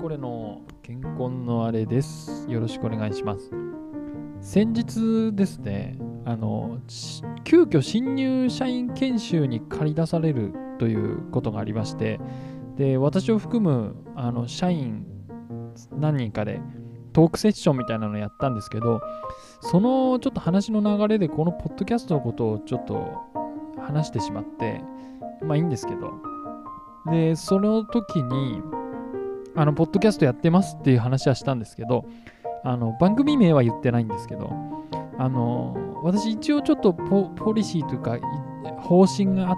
これの健康のあれです。よろしくお願いします。先日ですね、急遽新入社員研修に借り出されるということがありまして、で、私を含む社員何人かでトークセッションみたいなのをやったんですけど、そのちょっと話の流れでこのポッドキャストのことをちょっと話してしまって、まあいいんですけど、で、その時にポッドキャストやってますっていう話はしたんですけど、番組名は言ってないんですけど、私一応ちょっとポリシーというか方針があって、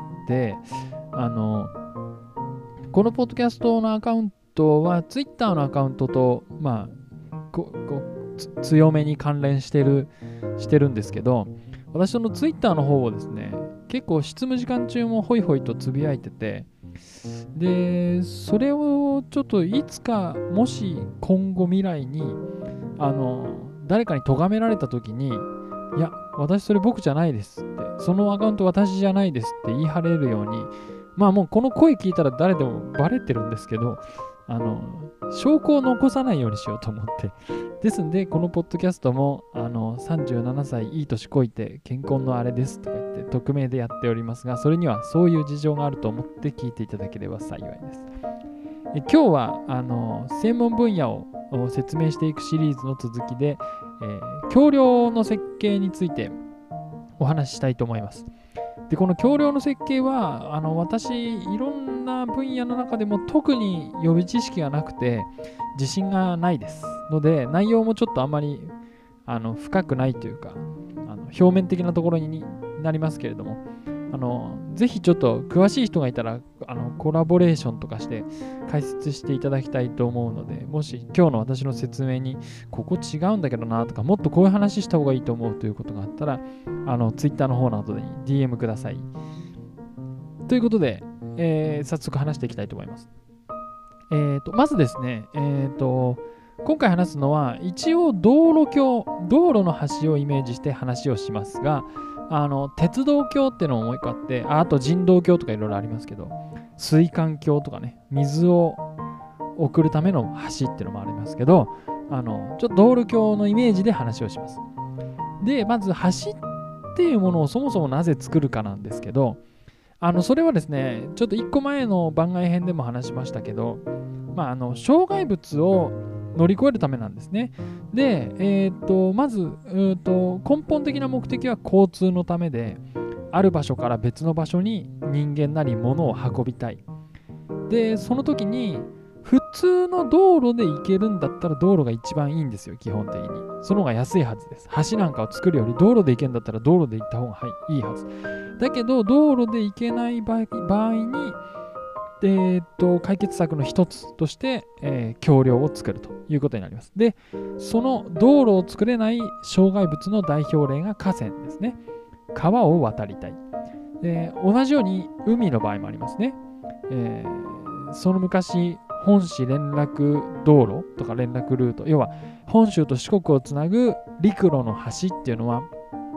このポッドキャストのアカウントは Twitter のアカウントと、まあ、強めに関連してるんですけど、私その Twitter の方をですね、結構執務時間中もホイホイとつぶやいてて、で、それをちょっといつかもし今後未来に誰かに咎められた時に、いや、私それ僕じゃないですって、そのアカウント私じゃないですって言い張れるように、まあもうこの声聞いたら誰でもバレてるんですけど、証拠を残さないようにしようと思って。ですんで、このポッドキャストも、37歳いい年こいて健康のあれですとか言って匿名でやっておりますが、それにはそういう事情があると思って聞いていただければ幸いです。今日は、専門分野を説明していくシリーズの続きで、橋梁の設計についてお話ししたいと思います。で、この橋梁の設計は私いろんな分野の中でも特に予備知識がなくて自信がないですので、内容もちょっとあんまり深くないというか表面的なところになりますけれども、ぜひちょっと詳しい人がいたらコラボレーションとかして解説していただきたいと思うので、もし今日の私の説明にここ違うんだけどなとか、もっとこういう話した方がいいと思うということがあったらTwitter の方などに DM くださいということで、早速話していきたいと思います。まずですね、今回話すのは一応道路の橋をイメージして話をしますが、鉄道橋っていうのももう一個あって、あと人道橋とかいろいろありますけど、水管橋とかね、水を送るための橋っていうのもありますけど、ちょっと道路橋のイメージで話をします。で、まず橋っていうものをそもそもなぜ作るかなんですけど、それはですね、ちょっと1個前の番外編でも話しましたけど、障害物を乗り越えるためなんですね。で、まず根本的な目的は交通のためで、ある場所から別の場所に人間なり物を運びたい。で、その時に普通の道路で行けるんだったら道路が一番いいんですよ、基本的に。その方が安いはずです。橋なんかを作るより道路で行けるんだったら道路で行った方がいいはず。だけど、道路で行けない場合に、解決策の一つとして、橋梁を作るということになります。で、その道路を作れない障害物の代表例が河川ですね。川を渡りたい。で、同じように海の場合もありますね。その昔、本州連絡道路とか連絡ルート、要は本州と四国をつなぐ陸路の橋っていうのは、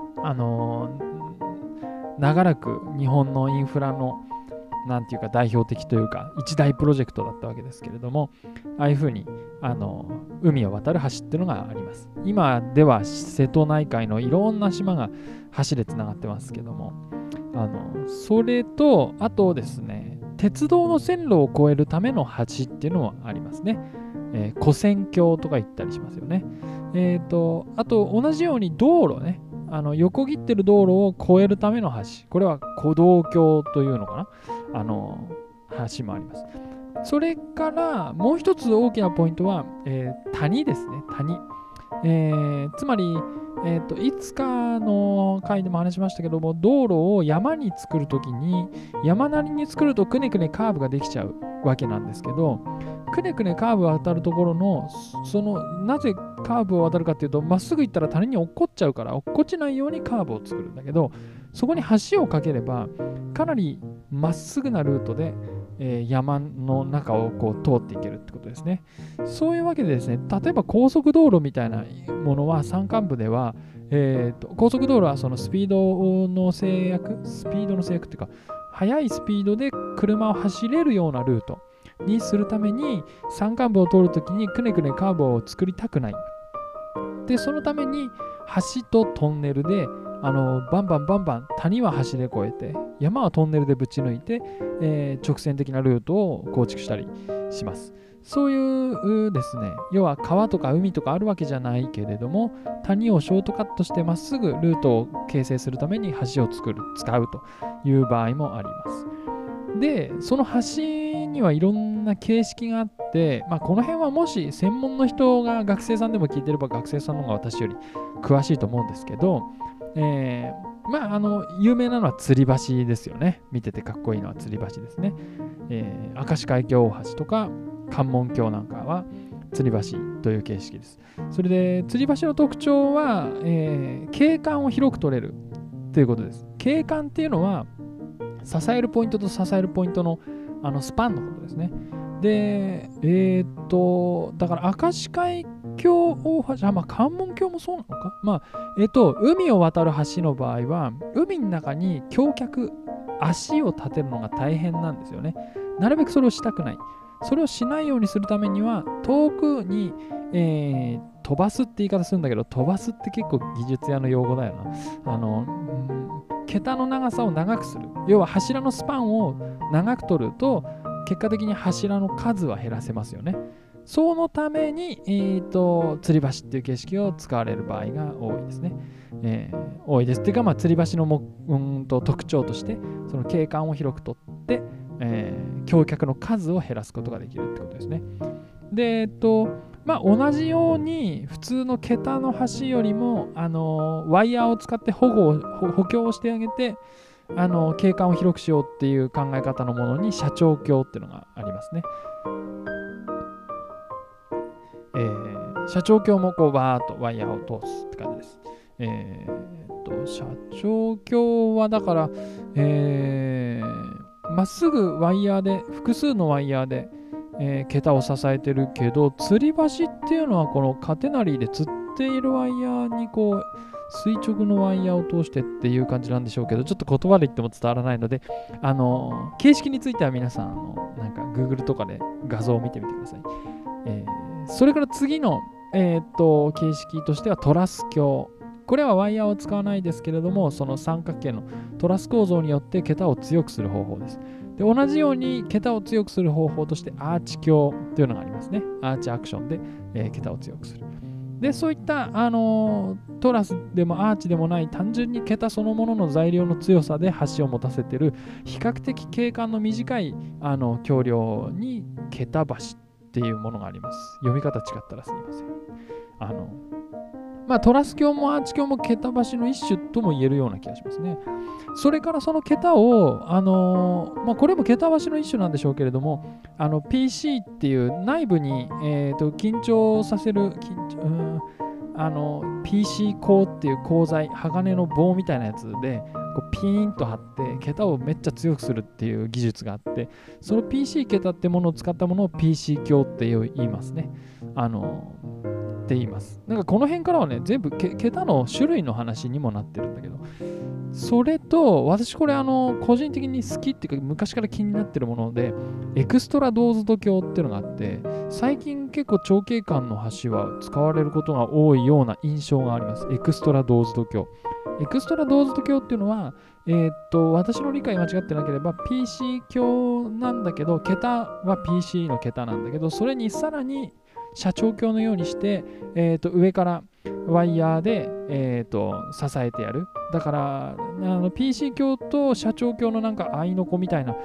長らく日本のインフラのなんていうか代表的というか一大プロジェクトだったわけですけれども、ああいうふうに海を渡る橋っていうのがあります。今では瀬戸内海のいろんな島が橋でつながってますけども、それとあとですね、鉄道の線路を越えるための橋っていうのもありますね。跨線橋とか言ったりしますよね。あと同じように道路ね、横切ってる道路を越えるための橋、これは歩道橋というのかな、橋もあります。それからもう一つ大きなポイントは、谷ですね。谷、つまり、いつかの回でも話しましたけども、道路を山に作るときに山なりに作るとくねくねカーブができちゃうわけなんですけど、くねくねカーブを渡るところのなぜカーブを渡るかっていうと、まっすぐ行ったら谷に落っこっちゃうから、落っこちないようにカーブを作るんだけど、そこに橋を架ければかなりまっすぐなルートで、山の中をこう通っていけるってことですね。そういうわけでですね、例えば高速道路みたいなものは山間部では、高速道路はそのスピードの制約っていうか、速いスピードで車を走れるようなルート、 にするために山間部を通るときにくねくねカーブを作りたくない。で、そのために橋とトンネルでバンバン谷は橋で越えて山はトンネルでぶち抜いて、直線的なルートを構築したりします。そういうですね、要は川とか海とかあるわけじゃないけれども、谷をショートカットしてまっすぐルートを形成するために橋を使うという場合もあります。で、その橋にはいろんな形式があって、この辺はもし専門の人が学生さんでも聞いてれば学生さんの方が私より詳しいと思うんですけど、有名なのは吊り橋ですよね。見ててかっこいいのは吊り橋ですね。明石海峡大橋とか関門橋なんかは吊り橋という形式です。それで吊り橋の特徴は、景観を広く取れるということです。景観っていうのは支えるポイントと支えるポイントのスパンのことですね。で、だから明石海峡大橋、関門橋もそうなのか。海を渡る橋の場合は、海の中に橋脚、足を立てるのが大変なんですよね。なるべくそれをしたくない。それをしないようにするためには、遠くに、飛ばすって言い方するんだけど、飛ばすって結構技術屋の用語だよな。桁の長さを長くする。要は柱のスパンを長く取ると、結果的に柱の数は減らせますよね。そのために、吊り橋っていう形式を使われる場合が多いですね。多いです。っていうか、吊り橋の特徴として、その景観を広く取って、橋脚の数を減らすことができるってことですね。で、同じように普通の桁の橋よりも、ワイヤーを使って補強をしてあげて、景観を広くしようっていう考え方のものに斜張橋っていうのがありますね。斜張橋もこうバーッとワイヤーを通すって感じです。斜張橋はだから、まっすぐワイヤーで複数のワイヤーで、桁を支えてるけど、吊り橋っていうのはこのカテナリーで吊っているワイヤーにこう垂直のワイヤーを通してっていう感じなんでしょうけど、ちょっと言葉で言っても伝わらないので、形式については皆さんなんか Google とかで画像を見てみてください。それから次の、形式としてはトラス橋。これはワイヤーを使わないですけれども、その三角形のトラス構造によって桁を強くする方法です。で、同じように桁を強くする方法としてアーチ橋というのがありますね。アーチアクションで、桁を強くする。で、そういった、トラスでもアーチでもない単純に桁そのものの材料の強さで橋を持たせている比較的景観の短い橋梁に桁橋っていうものがあります。読み方違ったらすみません。トラス橋もアーチ橋も桁橋の一種とも言えるような気がしますね。それからその桁を、これも桁橋の一種なんでしょうけれども、PC っていう内部に、緊張させる、PC 鋼っていう鋼材、鋼の棒みたいなやつで、こうピーンと張って桁をめっちゃ強くするっていう技術があって、その PC 桁ってものを使ったものを PC 橋って言いますね。って言います。なんかこの辺からはね、全部桁の種類の話にもなってるんだけど、それと、私これ個人的に好きっていうか昔から気になってるもので、エクストラドーズド橋っていうのがあって、最近結構長径間の橋は使われることが多いような印象があります。エクストラドーズド橋。エクストラドーズド橋っていうのは、私の理解間違ってなければ PC 橋なんだけど、桁は PC の桁なんだけど、それにさらに斜張橋のようにして、上からワイヤーで、支えてやる。だからPC 橋と斜張橋のなんか合いの子みたいな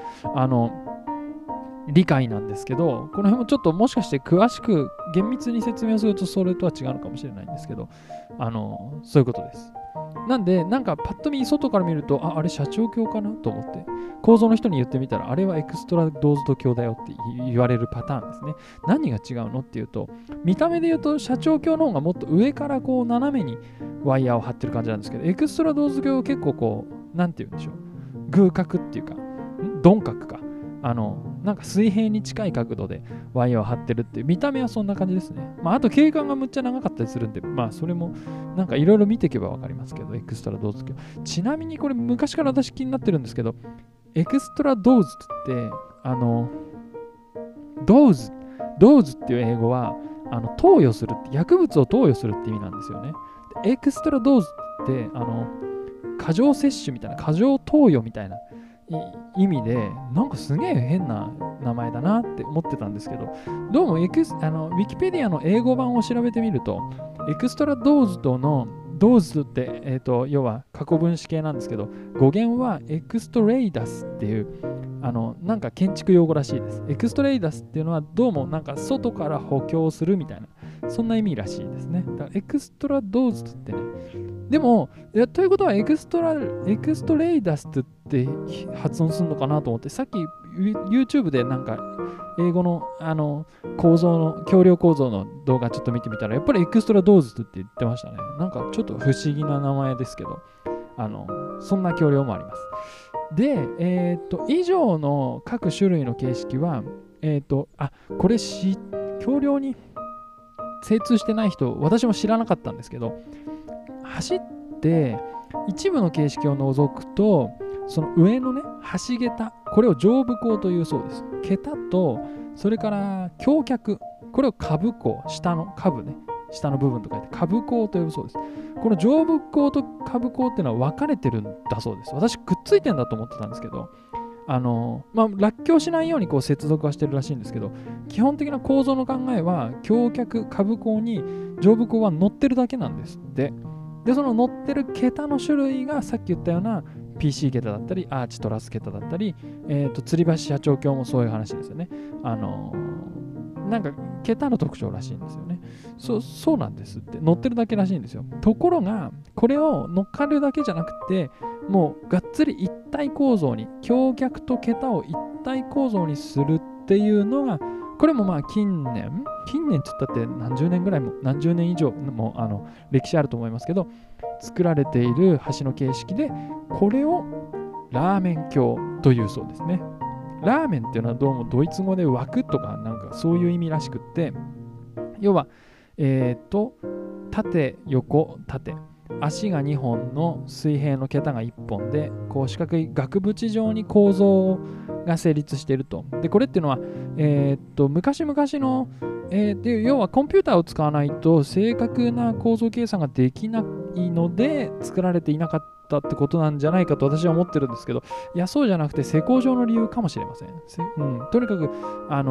理解なんですけど、この辺もちょっともしかして詳しく厳密に説明するとそれとは違うのかもしれないんですけど、そういうことです。なんで、なんかパッと見外から見ると、あれ斜張橋かなと思って、構造の人に言ってみたら、あれはエクストラドーズド橋だよって言われるパターンですね。何が違うのっていうと、見た目で言うと斜張橋の方がもっと上からこう斜めにワイヤーを張ってる感じなんですけど、エクストラドーズド橋は結構こう、なんて言うんでしょう。偶角っていうか、鈍角か。なんか水平に近い角度でワイヤーを張ってるっていう見た目はそんな感じですね。あと景観がむっちゃ長かったりするんで、それもなんかいろいろ見ていけばわかりますけど、エクストラドーズド。ちなみにこれ昔から私気になってるんですけど、エクストラドーズってドーズっていう英語は投与するって、薬物を投与するって意味なんですよね。エクストラドーズって過剰摂取みたいな、過剰投与みたいな意味で、なんかすげえ変な名前だなって思ってたんですけど、どうもウィキペディアの英語版を調べてみると、エクストラドーズとのドーズって、要は過去分詞形なんですけど、語源はエクストレイダスっていうなんか建築用語らしいです。エクストレイダスっていうのはどうもなんか外から補強するみたいな、そんな意味らしいですね。だからエクストラドーズってね、でもということはエクストレイダスって発音するのかなと思って、さっき YouTube でなんか英語の構造の橋梁構造の動画ちょっと見てみたら、やっぱりエクストラドーズって言ってましたね。なんかちょっと不思議な名前ですけど、そんな橋梁もあります。で、以上の各種類の形式は、これ橋梁に精通してない人、私も知らなかったんですけど、走って一部の形式を除くと、その上のね、橋桁、これを上部鋼というそうです。桁と、それから橋脚、これを下部鋼、下の下部ね、下の部分と書いて下部鋼というそうです。この上部鋼と下部鋼っていうのは分かれてるんだそうです。私くっついてんだと思ってたんですけど、落橋しないようにこう接続はしてるらしいんですけど、基本的な構造の考えは橋脚、下部鋼に上部鋼は乗ってるだけなんですって。で、その乗ってる桁の種類がさっき言ったような PC 桁だったり、アーチトラス桁だったり、吊り橋社長橋もそういう話ですよね。なんか桁の特徴らしいんですよね。そうなんですって。乗ってるだけらしいんですよ。ところが、これを乗っかるだけじゃなくて、もうがっつり一体構造に、橋脚と桁を一体構造にするっていうのが、これもまあ近年って言ったって何十年以上も歴史あると思いますけど、作られている橋の形式で、これをラーメン橋というそうですね。ラーメンっていうのはどうもドイツ語で枠とかなんかそういう意味らしくって、要は縦横縦、足が2本の水平の桁が1本で、こう四角い額縁状に構造が成立していると。で、これっていうのは、昔々の、要はコンピューターを使わないと正確な構造計算ができないので作られていなかったってことなんじゃないかと私は思ってるんですけど、いや、そうじゃなくて施工上の理由かもしれません。とにかく、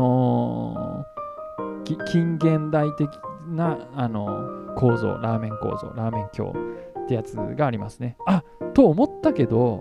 近現代的な構造、ラーメン構造、ラーメン橋ってやつがありますね。と思ったけど、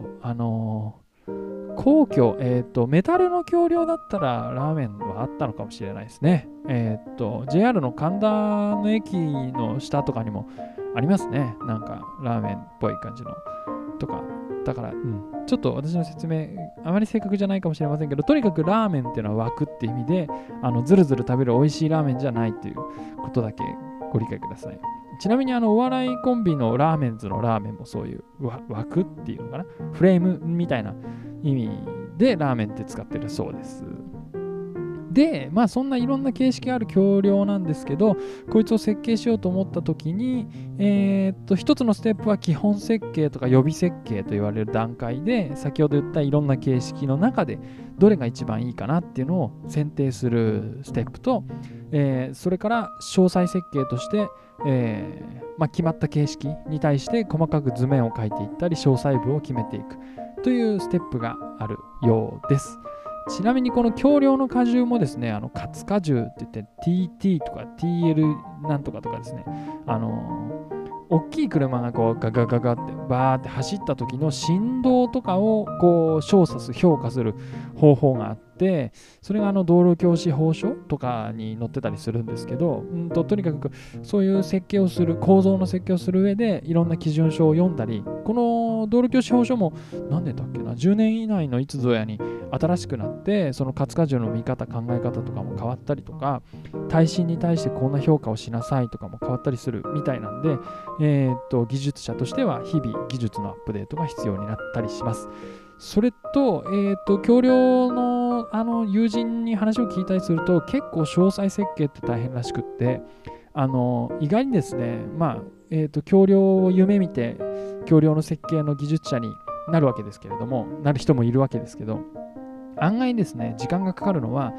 皇居、メタルの橋梁だったらラーメンはあったのかもしれないですね。JR の神田の駅の下とかにもありますね。なんかラーメンっぽい感じのとか。だから、ちょっと私の説明、あまり正確じゃないかもしれませんけど、とにかくラーメンっていうのは枠って意味で、ずるずる食べる美味しいラーメンじゃないということだけご理解ください。ちなみにお笑いコンビのラーメンズのラーメンもそういう枠っていうのかな、フレームみたいな意味でラーメンって使ってるそうです。で、まあそんないろんな形式がある橋梁なんですけど、こいつを設計しようと思った時に、一つのステップは基本設計とか予備設計と言われる段階で、先ほど言ったいろんな形式の中でどれが一番いいかなっていうのを選定するステップと、それから詳細設計として、決まった形式に対して細かく図面を描いていったり詳細部を決めていくというステップがあるようです。ちなみにこの橋梁の荷重もですね、活荷重って言って TT とか TL なんとかとかですね、大きい車がこうガガガガってバーって走った時の振動とかをこう評価する方法があって、それが道路教師法書とかに載ってたりするんですけど、とにかくそういう設計をする、構造の設計をする上でいろんな基準書を読んだり、この道路教師法書も何年だっけな、10年以内のいつぞやに新しくなって、その活荷重の見方、考え方とかも変わったりとか、耐震に対してこんな評価をしなさいとかも変わったりするみたいなんで、技術者としては日々技術のアップデートが必要になったりします。それと、橋梁の友人に話を聞いたりすると、結構詳細設計って大変らしくって、意外にですね、橋梁を夢見て、橋梁の設計の技術者になるわけですけれども、なる人もいるわけですけど、案外ですね、時間がかかるのは、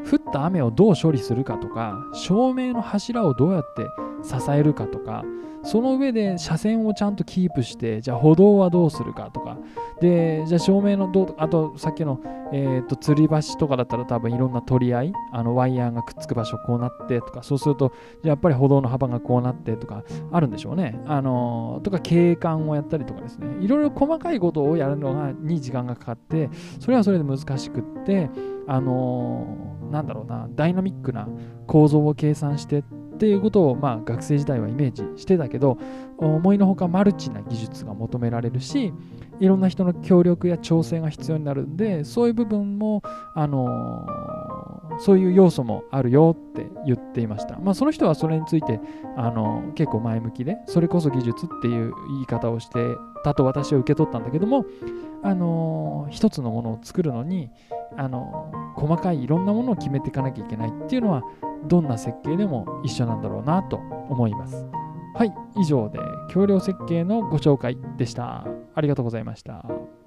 降った雨をどう処理するかとか、照明の柱をどうやって支えるかとか、その上で車線をちゃんとキープして、じゃあ歩道はどうするかとか、で、じゃあ照明のあとさっきの、吊り橋とかだったら多分いろんな取り合い、ワイヤーがくっつく場所こうなってとか、そうすると、じゃあやっぱり歩道の幅がこうなってとか、あるんでしょうね。とか景観をやったりとかですね、いろいろ細かいことをやるのに時間がかかって、それはそれで難しくって、なんだろうな、ダイナミックな構造を計算してっていうことを、学生時代はイメージしてたけど、思いのほかマルチな技術が求められるし、いろんな人の協力や調整が必要になるんで、そういう部分も、そういう要素もあるよって言っていました。その人はそれについて結構前向きで、それこそ技術っていう言い方をしてたと私は受け取ったんだけども、一つのものを作るのに細かいいろんなものを決めていかなきゃいけないっていうのは、どんな設計でも一緒なんだろうなと思います。はい、以上で橋梁設計のご紹介でした。ありがとうございました。